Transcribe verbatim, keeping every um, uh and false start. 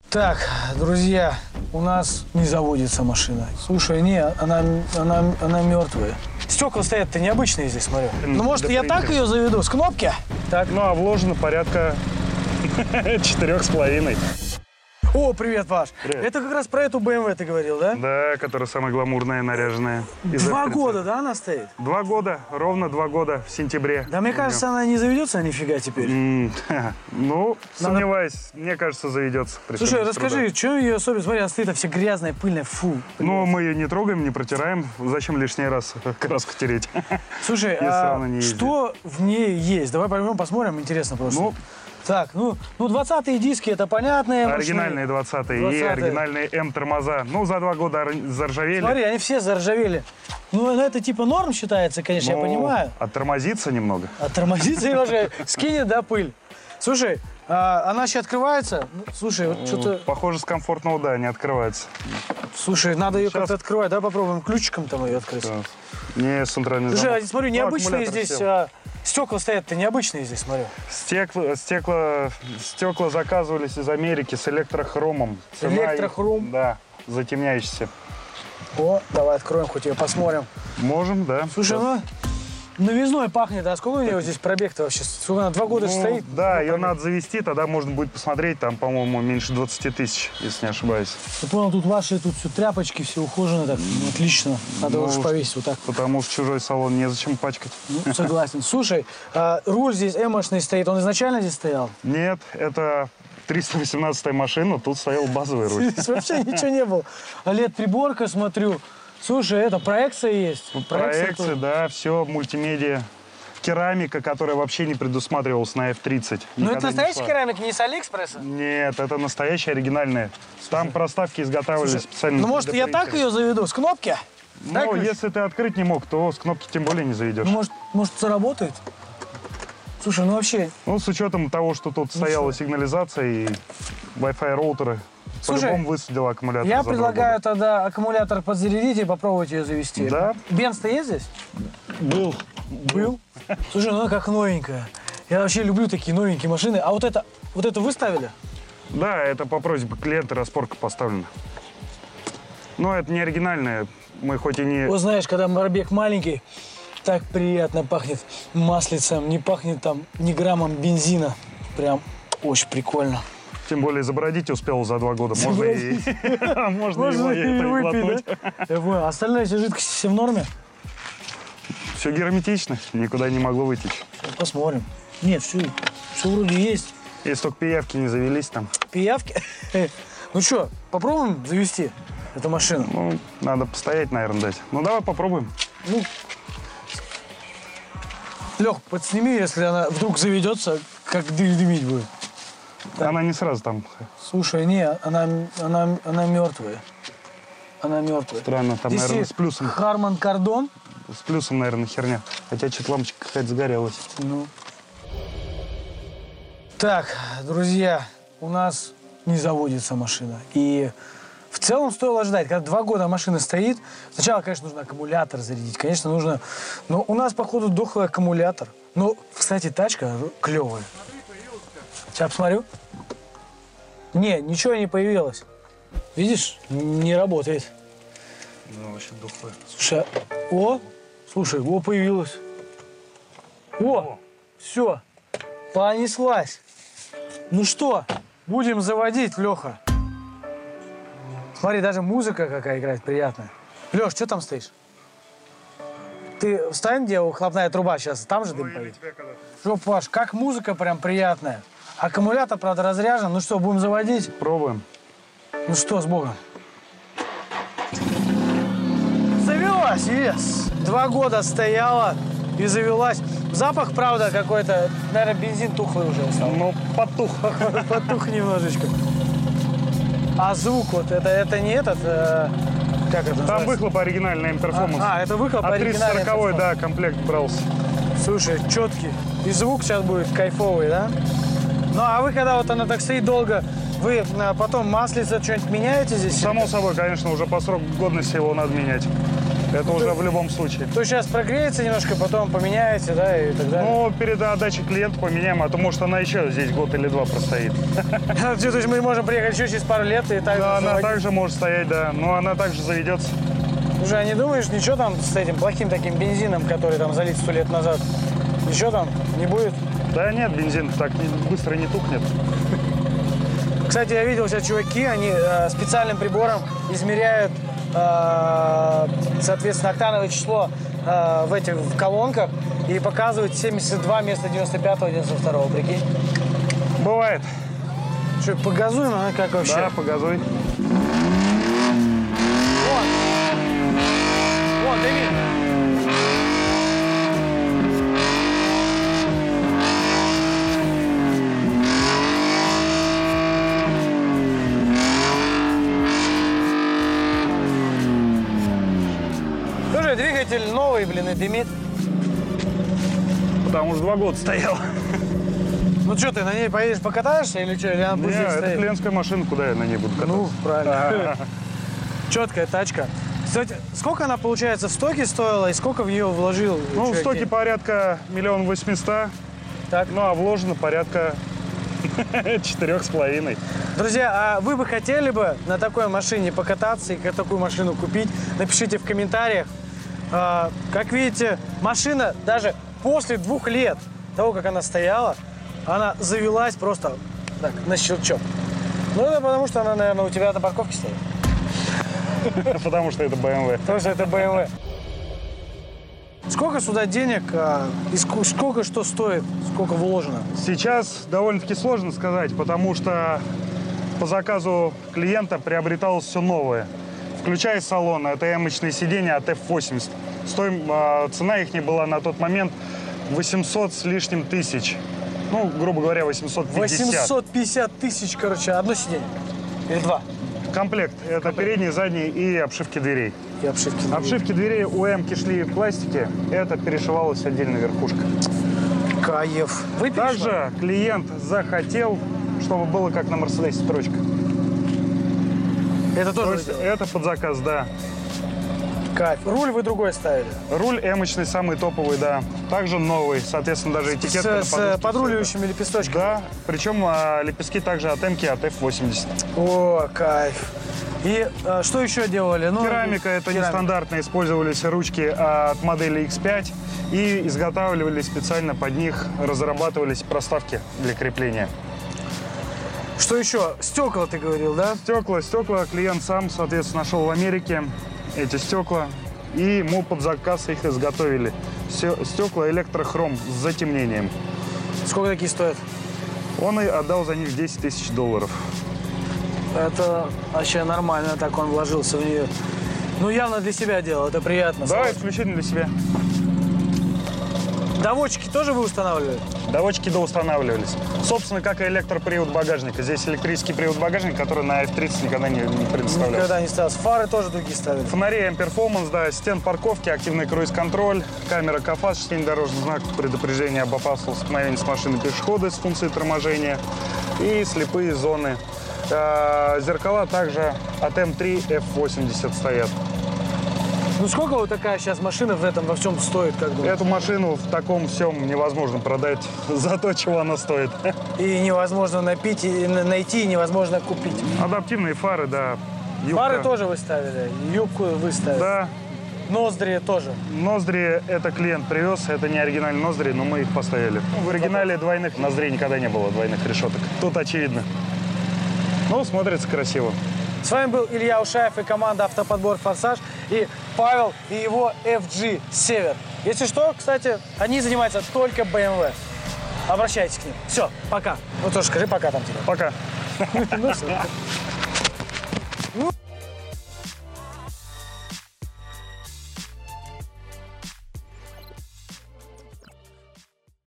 Так, друзья, у нас не заводится машина. Слушай, не, она, она, она мертвая. Стекла стоят-то необычные здесь, смотрю. Ну, может, да я так ее заведу, с кнопки? Так, ну, а вложено порядка четырех с половиной. О, привет, Паш. Привет. Это как раз про эту бэ эм вэ ты говорил, да? Да, которая самая гламурная, наряженная. Два года, да, она стоит? Два года, ровно два года в сентябре. Да, мне кажется, она не заведется нифига теперь. М, Ну, сомневаюсь, мне кажется, заведется. Слушай, расскажи, что ее особенно? Смотри, она стоит, а вся грязная, пыльная, фу. Ну, мы ее не трогаем, не протираем. Зачем лишний раз краску тереть? Слушай, Если а она не ездит. что в ней есть? Давай пойдем посмотрим, интересно просто. Ну, Так, ну, ну двадцатые диски, это понятные машины. оригинальные двадцатые и двадцатые. оригинальные М-тормоза. Ну, за два года ор- заржавели. Смотри, они все заржавели. Ну, ну, это типа норм считается, конечно, Ну, я понимаю. Оттормозится немного. А тормозится немножко, скинет, да, пыль. Слушай, а, она еще открывается? Ну, слушай, вот что-то... Похоже, с комфортного, да, не открывается. Слушай, надо ее Сейчас. как-то открывать. Давай попробуем ключиком там ее открыть. Да. Не центральный Слушай, замок. а смотрю, Ну, необычные аккумулятор здесь... сел. а, стекла стоят-то необычные здесь, смотрю. Стекла, стекла, стекла заказывались из Америки с электрохромом. С Цена их- электрохром? Да, затемняющийся. О, давай откроем, хоть ее посмотрим. Можем, да. Слушай, ну, новизной пахнет. А сколько у нее здесь пробег-то вообще? Сколько она? Два года Ну, стоит? да, ее надо завести, тогда можно будет посмотреть. Там, по-моему, меньше двадцати тысяч, если не ошибаюсь. Я понял, тут ваши, тут все тряпочки, все ухожено так. Ну, отлично. Надо Ну, уж повесить вот так. Потому что чужой салон незачем пачкать. Ну, согласен. Слушай, а, руль здесь эмошный стоит. Он изначально здесь стоял? Нет, это триста восемнадцатая машина, тут стоял базовый руль. Здесь вообще ничего не было. А лет-приборка, смотрю. Слушай, это проекция есть? Проекции, тоже. да, все, мультимедиа. Керамика, которая вообще не предусматривалась на эф тридцать. Ну, это Никогда не настоящая шла. керамика, не с Алиэкспресса? Нет, это настоящая, оригинальная. Там проставки изготавливались специально. Ну, может, для я так принтера. ее заведу? С кнопки? Дай Ну, ключ. если ты открыть не мог, то с кнопки тем более не заведешь. Ну, может, может, заработает? Слушай, ну вообще... Ну, с учетом того, что тут стояла сигнализация и Wi-Fi роутеры, Слушай, по-любому высадил аккумулятор. Я за два предлагаю года. тогда аккумулятор подзарядить и попробовать ее завести. Да. Бенз-то есть здесь? Был. Был. Слушай, ну она как новенькая. Я вообще люблю такие новенькие машины. А вот это, вот это вы ставили? Да, это по просьбе клиента распорка поставлена. Но это не оригинальная. Мы хоть и не... Вот знаешь, когда пробег маленький, так приятно пахнет маслицем, не пахнет там ни граммом бензина. Прям очень прикольно. Тем более забродить успел за два года. Можно и... Можно Можно его и это и выпить, глотнуть. да? Я понял. Остальные все жидкости все в норме? Все герметично, никуда не могло вытечь. Посмотрим. Нет, все, все вроде есть. Если только пиявки не завелись там. Пиявки. Ну что, попробуем завести эту машину? Ну, надо постоять, наверное, дать. Ну, давай попробуем. Ну, Лех, подсними, если она вдруг заведется, как дым дымить будет. Она не сразу там. Слушай, не, она, она, она мертвая. Она мертвая. Странно, там, Здесь наверное, есть с плюсом. Харман Кардон. С плюсом, наверное, херня. Хотя что-то лампочка какая-то загорелась. Ну. Так, друзья, у нас не заводится машина. И в целом стоило ждать. Когда два года машина стоит, сначала, конечно, нужно аккумулятор зарядить. Конечно, нужно... Но у нас, походу, дохлый аккумулятор. Но, кстати, тачка клевая. Сейчас посмотрю. Не, ничего не появилось. Видишь, не работает. Ну, вообще духлая. Слушай, а- о, слушай, о, появилась. О, все, понеслась. Ну что, будем заводить, Леха. Смотри, даже музыка какая играет приятная. Леш, что там стоишь? Ты встань, где выхлопная труба сейчас, там же дым поедет. Что, Паш, как музыка прям приятная. Аккумулятор, правда, разряжен. Ну что, будем заводить? Пробуем. Ну что, с Богом. Завелась, yes. Два года стояла и завелась. Запах, правда, какой-то, наверное, бензин тухлый уже стал. Ну, потух. Потух немножечко. А звук вот, это, это не этот, э, как это Там называется? выхлоп оригинальный, М-перформанс. А, а, это выхлоп А оригинальный. триста сорок, да, комплект брался. Слушай, четкий. И звук сейчас будет кайфовый, да? Ну, а вы, когда вот она так стоит долго, вы а, потом маслица что-нибудь меняете здесь? Само собой, конечно, уже по сроку годности его надо менять. Это уже в любом случае. То сейчас прогреется немножко, потом поменяете, да, и так далее. Ну, перед отдачей клиенту поменяем, а то, может, она еще здесь год или два простоит. То есть мы можем приехать еще через пару лет и так. Да, она также может стоять, да. Но она также заведется. Уже а не думаешь, ничего там с этим плохим таким бензином, который там залит сто лет назад? Ничего там не будет? Да нет, бензин так быстро не тухнет. Кстати, я видел сейчас чуваки, они э, специальным прибором измеряют, э, соответственно, октановое число э, в этих в колонках и показывают семьдесят два вместо девяносто пятого, девяносто второго, прикинь. Бывает. Что, погазуем, а как вообще? Да, погазуй. Вон. Вон, дымит. Слушай, двигатель новый, блин, и дымит. Потому что два года стоял. Ну что, ты на ней поедешь, покатаешься или что? Или она будет Не, здесь это стоять? клиентская машина, куда я на ней буду кататься? Ну, правильно. Четкая тачка. Кстати, сколько она, получается, в стоке стоила и сколько в нее вложил? Ну, в чуваки? стоке порядка миллион восемьсот. Так. Ну, а вложено порядка четырех с половиной. Друзья, а вы бы хотели бы на такой машине покататься и такую машину купить? Напишите в комментариях. А, как видите, машина даже после двух лет того, как она стояла, она завелась просто так, на щелчок. Ну, это потому что она, наверное, у тебя на парковке стоит. Потому что это бэ эм вэ. Потому что это бэ эм вэ. Сколько сюда денег а, и ск- сколько что стоит, сколько вложено? Сейчас довольно-таки сложно сказать, потому что по заказу клиента приобреталось все новое, включая салон. Это эмочные сиденья от эф восемьдесят. Стоим, э, цена их была на тот момент восемьсот с лишним тысяч. Ну, грубо говоря, восемьсот пятьдесят. восемьсот пятьдесят тысяч, короче, одно сиденье. Или два. Комплект. Это передний, задний и обшивки дверей. И обшивки. Обшивки дверей у М-ки шли в пластике. Это перешивалась отдельно верхушка. Кайф. Вы Также клиент захотел, чтобы было как на Мерседесе строчка. Это То тоже есть вы делаете? это под заказ, да. Кайф. Руль вы другой ставили? Руль эмочный, самый топовый, да. Также новый, соответственно, даже этикетка на С, подушке. с подруливающими лепесточками? Да, причем а, лепестки также от М-ки, от эф восемьдесят. О, кайф. И а, что еще делали? Ну, Керамика, это керамика. нестандартно, использовались ручки от модели икс пять и изготавливались специально под них, разрабатывались проставки для крепления. Что еще? Стекла, ты говорил, да? Стекла, стекла клиент сам, соответственно, нашел в Америке эти стекла, и ему под заказ их изготовили. Стекла электрохром с затемнением. Сколько такие стоят? Он и отдал за них десять тысяч долларов. Это вообще нормально, так он вложился в нее. Ну, явно для себя делал, это приятно. Да, Согласен. исключительно для себя. Доводчики тоже вы устанавливали? Доводчики доустанавливались. Собственно, как и электропривод багажника. Здесь электрический привод багажника, который на эф тридцать никогда не, не предоставлялся. Никогда не ставил. Фары тоже другие ставили. Фонари эм-перформанс, да, ассистент парковки, активный круиз-контроль, камера КАФАС, чтение дорожных знаков, предупреждение об опасном столкновении с машиной пешехода с функцией торможения и слепые зоны. А, зеркала также от эм три эф восемьдесят стоят. Ну, сколько вот такая сейчас машина в этом во всем стоит, как думаешь? Эту машину в таком всем невозможно продать за то, чего она стоит. И невозможно напить, и на- найти, и невозможно купить. Адаптивные фары, да. Юбка. Фары тоже вы ставили, юбку вы ставили. Да. Ноздри тоже. Ноздри это клиент привез, это не оригинальные ноздри, но мы их поставили. В оригинале двойных ноздрей никогда не было, двойных решеток. Тут очевидно. Ну, смотрится красиво. С вами был Илья Ушаев и команда «Автоподбор Форсаж» и Павел и его эф джи Север. Если что, кстати, они занимаются только бэ эм вэ. Обращайтесь к ним. Все, пока. Ну тоже скажи пока там тебе. Пока. Ну, всё.